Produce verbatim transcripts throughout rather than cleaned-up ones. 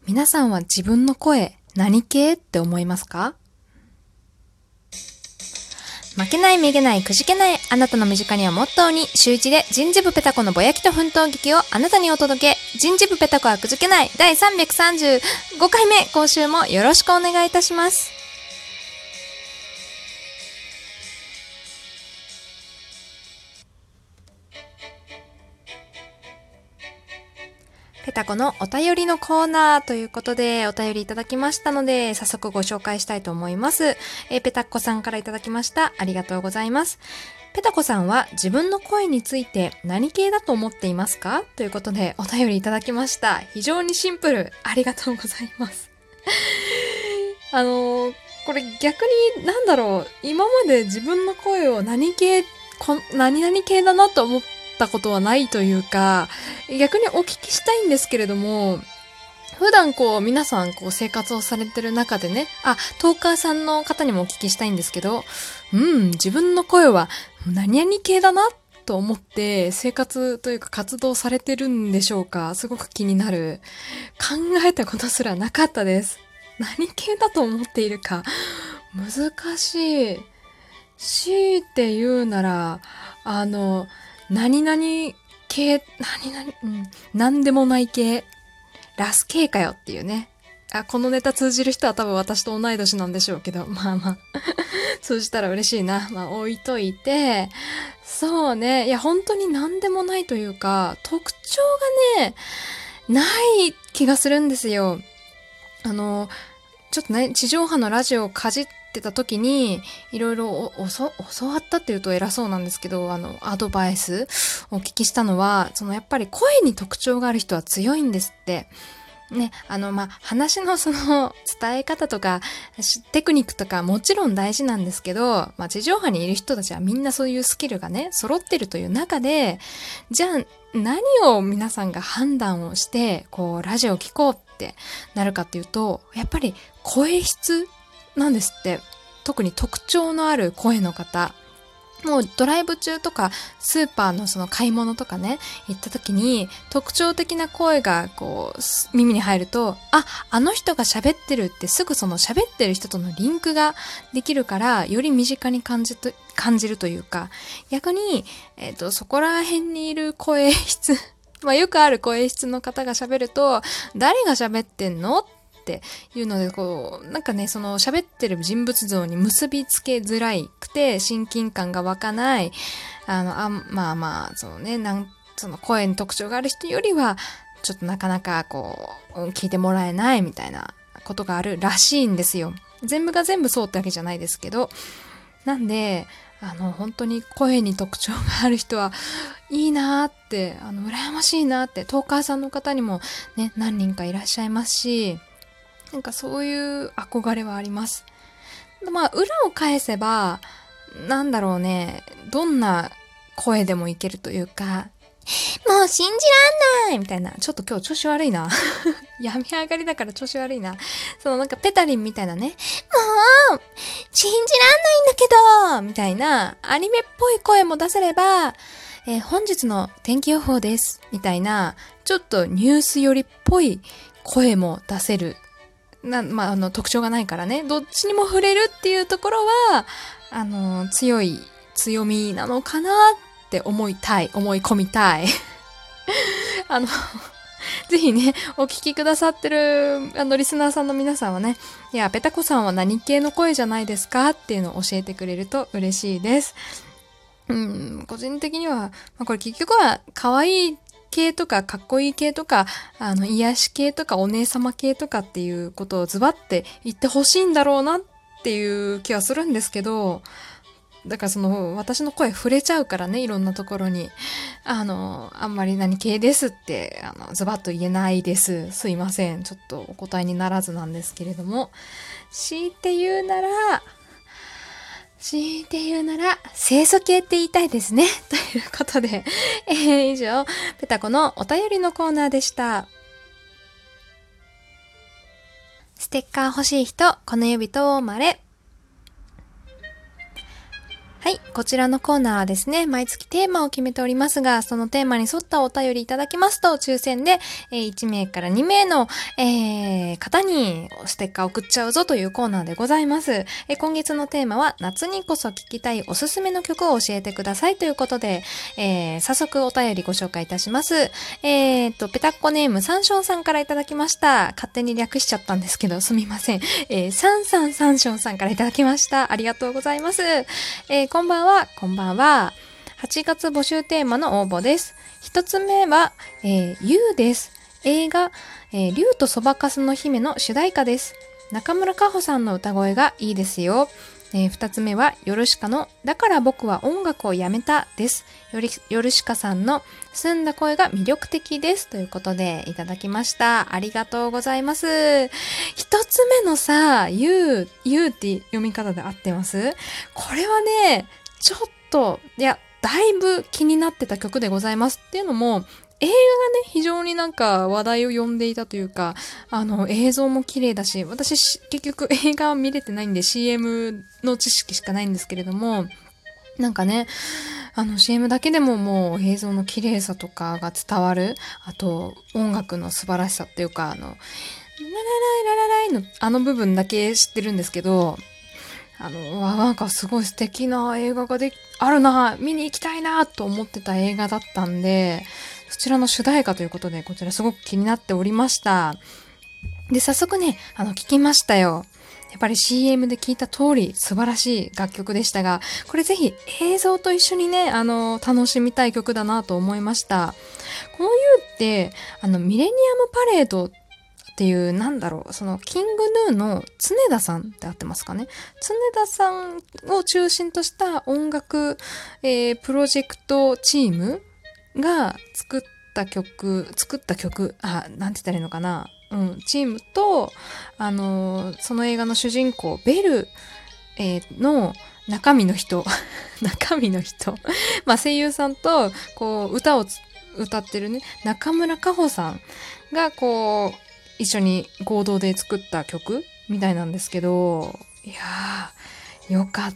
皆さんは自分の声、何系って思いますか？負けないめげないくじけないあなたの身近にはモットーに週一で人事部ペタコのぼやきと奮闘劇をあなたにお届け。人事部ペタコはくじけないだいさんびゃくさんじゅうごかいめ、今週もよろしくお願いいたします。ペタコのお便りのコーナーということでお便りいただきましたので、早速ご紹介したいと思います。えー、ペタコさんからいただきました。ありがとうございます。ペタコさんは自分の声について何系だと思っていますか？ということでお便りいただきました。非常にシンプル。ありがとうございます。あのー、これ逆になんだろう、今まで自分の声を何系、こ何々系だなと思ったことはないというか、逆にお聞きしたいんですけれども、普段こう皆さんこう生活をされてる中でね、あ、トーカーさんの方にもお聞きしたいんですけど、うん、自分の声は何々系だなと思って生活というか活動されてるんでしょうか？すごく気になる。考えたことすらなかったです。何系だと思っているか。難しい。強いて言うなら、あの、何々系、何々、うん、何でもない系。ラス系かよっていうね。あ、このネタ通じる人は多分私と同い年なんでしょうけど、まあまあ、通じたら嬉しいな。まあ置いといて、そうね。いや、本当に何でもないというか、特徴がね、ない気がするんですよ。あの、ちょっとね、地上波のラジオをかじってた時に、いろいろお、おそ、教わったっていうと偉そうなんですけど、あの、アドバイスをお聞きしたのは、そのやっぱり声に特徴がある人は強いんですって。ね、あの、まあ、話のその伝え方とか、テクニックとかもちろん大事なんですけど、まあ、地上波にいる人たちはみんなそういうスキルがね、揃ってるという中で、じゃあ何を皆さんが判断をして、こう、ラジオを聞こうってなるかっていうと、やっぱり声質なんですって。特に特徴のある声の方。もうドライブ中とかスーパーのその買い物とかね、行った時に特徴的な声がこう耳に入ると、あ、あの人が喋ってるってすぐその喋ってる人とのリンクができるから、より身近に感じと、感じるというか、逆に、えっと、そこら辺にいる声質、まあよくある声質の方が喋ると、誰が喋ってんのっていうので、こう、なんかね、その喋ってる人物像に結びつけづらいくて、親近感が湧かない、あの、あまあまあ、そのね、なん、その声に特徴がある人よりは、ちょっとなかなかこう、聞いてもらえないみたいなことがあるらしいんですよ。全部が全部そうってわけじゃないですけど。なんで、あの、本当に声に特徴がある人はいいなーって、あの、羨ましいなーって、トーカーさんの方にもね、何人かいらっしゃいますし、なんかそういう憧れはあります。まあ、裏を返せば、なんだろうね、どんな声でもいけるというか、もう信じらんないみたいな。ちょっと今日調子悪いな。病み上がりだから調子悪いな。そのなんかペタリンみたいなね。もう、信じらんないんだけどみたいなアニメっぽい声も出せれば、えー、本日の天気予報です。みたいな、ちょっとニュース寄りっぽい声も出せる。な、まあ、あの、特徴がないからね。どっちにも触れるっていうところは、あの、強い強みなのかなって思いたい。思い込みたい。あの、ぜひね、お聞きくださってる、あの、リスナーさんの皆さんはね、いや、ペタコさんは何系の声じゃないですかっていうのを教えてくれると嬉しいです。うん、個人的には、まあ、これ結局は、可愛い系とかかっこいい系とか、あの、癒し系とかお姉様系とかっていうことをズバって言ってほしいんだろうなっていう気はするんですけど、だからその、私の声触れちゃうからね、いろんなところに。あの、あんまり何系ですって、あの、ズバッと言えないです。すいません。ちょっとお答えにならずなんですけれども。強いて言うなら、強いて言うなら、清楚系って言いたいですね。ということで、えー、以上、ペタコのお便りのコーナーでした。ステッカー欲しい人、この指とまれ。はい、 こちらのコーナーはですね、毎月テーマを決めておりますが、そのテーマに沿ったお便りいただきますと、抽選で、えー、いちめいからにめいの、えー、方にステッカー送っちゃうぞというコーナーでございます。えー、今月のテーマは、夏にこそ聴きたいおすすめの曲を教えてくださいということで、えー、早速お便りご紹介いたします。えーと、ペタッコネームサンションさんからいただきました。勝手に略しちゃったんですけど、すみません。えー、サンサンサンションさんからいただきました。ありがとうございます。えー、こんばんは、こんばんは。はちがつ募集テーマの応募です。一つ目は、えー、ユーです。映画、えー、竜とそばかすの姫の主題歌です。中村佳穂さんの歌声がいいですよ。えー、二つ目は、ヨルシカのだから僕は音楽をやめたです。よりヨルシカさんの澄んだ声が魅力的です。ということでいただきました。ありがとうございます。一つ目のさ、ユー、ユーって読み方で合ってます？これはね、ちょっと、いや、だいぶ気になってた曲でございます。っていうのも、映画がね、非常になんか話題を呼んでいたというか、あの、映像も綺麗だし、私結局映画は見れてないんで シーエム の知識しかないんですけれども、なんかね、あの シーエム だけでももう映像の綺麗さとかが伝わる、あと音楽の素晴らしさっていうか、あの、ララライララライのあの部分だけ知ってるんですけど、あの、なんかすごい素敵な映画がであるな、見に行きたいなと思ってた映画だったんで、そちらの主題歌ということで、こちらすごく気になっておりました。で、早速ね、あの、聞きましたよ。やっぱり シーエム で聞いた通り素晴らしい楽曲でしたが、これぜひ映像と一緒にね、あの、楽しみたい曲だなと思いました。この ユー って、あの、ミレニアムパレードっていう、なんだろう、その、キングヌーの常田さんって合ってますかね。常田さんを中心とした音楽、えー、プロジェクトチームが作った曲、作った曲、あ、なんて言ったらいいのかな。うん、チームと、あのー、その映画の主人公、ベル、えー、の中身の人、中身の人、まあ声優さんと、こう、歌を歌ってるね、中村佳穂さんが、こう、一緒に合同で作った曲みたいなんですけど、いやー、よかった。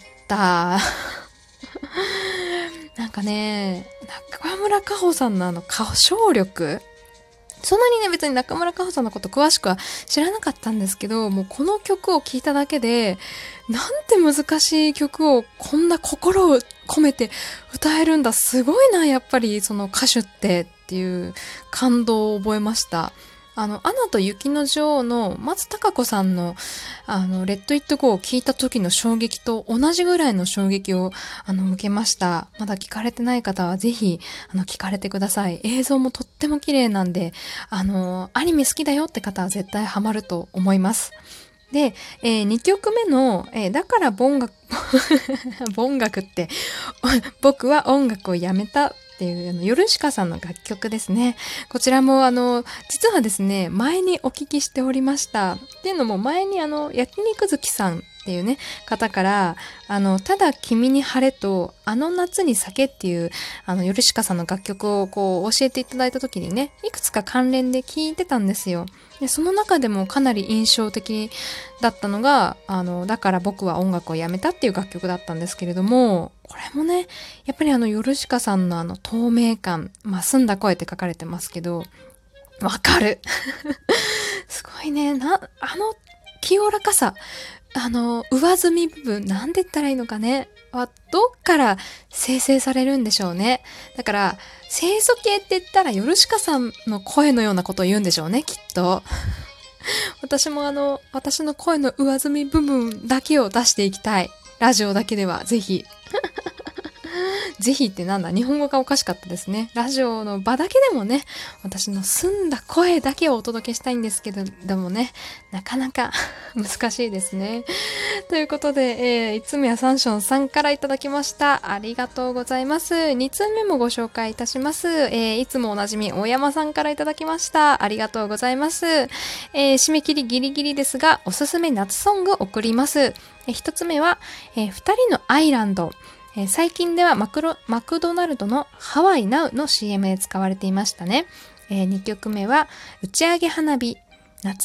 なんかね、中村佳穂さんのあの歌唱力、そんなにね別に中村佳穂さんのこと詳しくは知らなかったんですけど、もうこの曲を聴いただけで、なんて難しい曲をこんな心を込めて歌えるんだ、すごいな、やっぱりその歌手ってっていう感動を覚えました。あの、アナと雪の女王の松たか子さんの、あの、レッド・イット・ゴーを聞いた時の衝撃と同じぐらいの衝撃を、あの、受けました。まだ聞かれてない方はぜひ、あの、聞かれてください。映像もとっても綺麗なんで、あの、アニメ好きだよって方は絶対ハマると思います。で、えー、にきょくめの、えー、だから音楽、音楽って、僕は音楽をやめたっていう、あの、ヨルシカさんの楽曲ですね。こちらも、あの、実はですね、前にお聞きしておりました。っていうのも、前にあの、焼肉好きさんっていうね、方から、あの、ただ君に晴れと、あの夏に酒っていう、あの、ヨルシカさんの楽曲をこう、教えていただいた時にね、いくつか関連で聞いてたんですよ。で、その中でもかなり印象的だったのが、あの、だから僕は音楽をやめたっていう楽曲だったんですけれども、これもね、やっぱりあの、ヨルシカさんのあの、透明感、まあ、澄んだ声って書かれてますけど、わかるすごいね、な、あの、清らかさ、あの、上積み部分、なんて言ったらいいのかね、は、どっから生成されるんでしょうね。だから、清楚系って言ったら、ヨルシカさんの声のようなことを言うんでしょうね、きっと。私もあの、私の声の上積み部分だけを出していきたい。ラジオだけでは、ぜひ。ぜひってなんだ、日本語がおかしかったですね。ラジオの場だけでもね、私の澄んだ声だけをお届けしたいんですけど、でもね、なかなか難しいですね。ということで、えー、いつつめはサンションさんからいただきました。ありがとうございます。につうめもご紹介いたします。えー、いつもおなじみ、大山さんからいただきました。ありがとうございます。えー、締め切りギリギリですが、おすすめ夏ソング送ります。えー、ひとつめは、えー、ふたりのアイランド。えー、最近ではマクロ、マクドナルドのハワイナウの シーエム で使われていましたね。えー、にきょくめは打ち上げ花火、夏、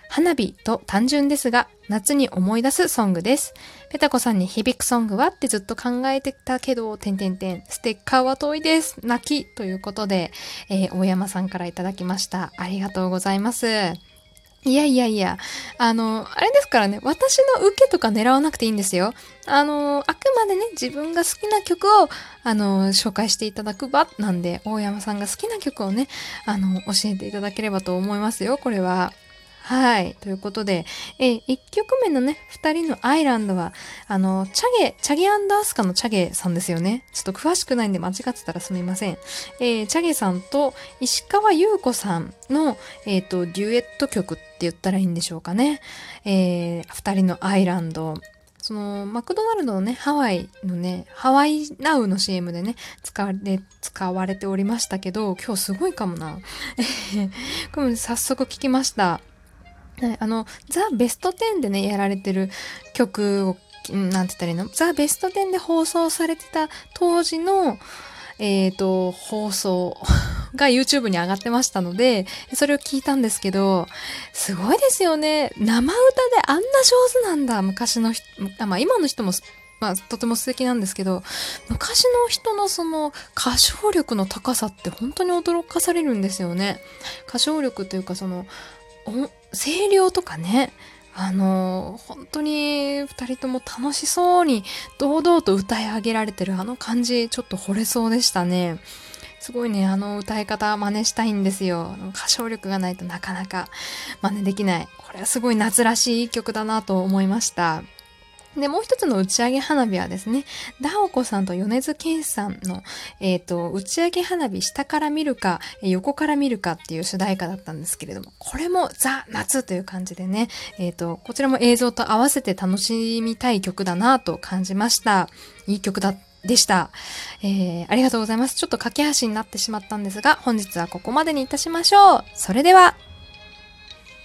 花火と単純ですが、夏に思い出すソングです。ペタコさんに響くソングはってずっと考えてたけど、てんてんてん、ステッカーは遠いです。泣きということで、えー、大山さんからいただきました。ありがとうございます。いやいやいや、あの、あれですからね、私の受けとか狙わなくていいんですよ。あの、あくまでね、自分が好きな曲を、あの、紹介していただく場なんで、大山さんが好きな曲をね、あの、教えていただければと思いますよ、これは。はい。ということで、え、いっきょくめのね、ふたりのアイランドは、あの、チャゲ、チャゲアンダースカのチャゲさんですよね。ちょっと詳しくないんで間違ってたらすみません。えー、チャゲさんと石川優子さんの、えっと、デュエット曲って言ったらいいんでしょうかね。えー、ふたりのアイランド。その、マクドナルドのね、ハワイのね、ハワイナウの シーエム でね、使われ、使われておりましたけど、今日すごいかもな。これ早速聞きました。はい、あの、ザ・ベストテンでね、やられてる曲を、なんて言ったらいいの？ザ・ベストテンで放送されてた当時の、えっと、放送が YouTube に上がってましたので、それを聞いたんですけど、すごいですよね。生歌であんな上手なんだ。昔の人、まあ今の人も、まあとても素敵なんですけど、昔の人のその歌唱力の高さって本当に驚かされるんですよね。歌唱力というかその、声量とかね、あの本当に二人とも楽しそうに堂々と歌い上げられてるあの感じ、ちょっと惚れそうでしたね。すごいね、あの歌い方真似したいんですよ。歌唱力がないとなかなか真似できない。これはすごい夏らしい曲だなと思いました。で、もう一つの打ち上げ花火はですね、ダオコさんと米津玄師さんの、えっと、打ち上げ花火下から見るか、横から見るかっていう主題歌だったんですけれども、これもザ・夏という感じでね、えっと、こちらも映像と合わせて楽しみたい曲だなと感じました。いい曲だでした、えー。ありがとうございます。ちょっと駆け足になってしまったんですが、本日はここまでにいたしましょう。それでは。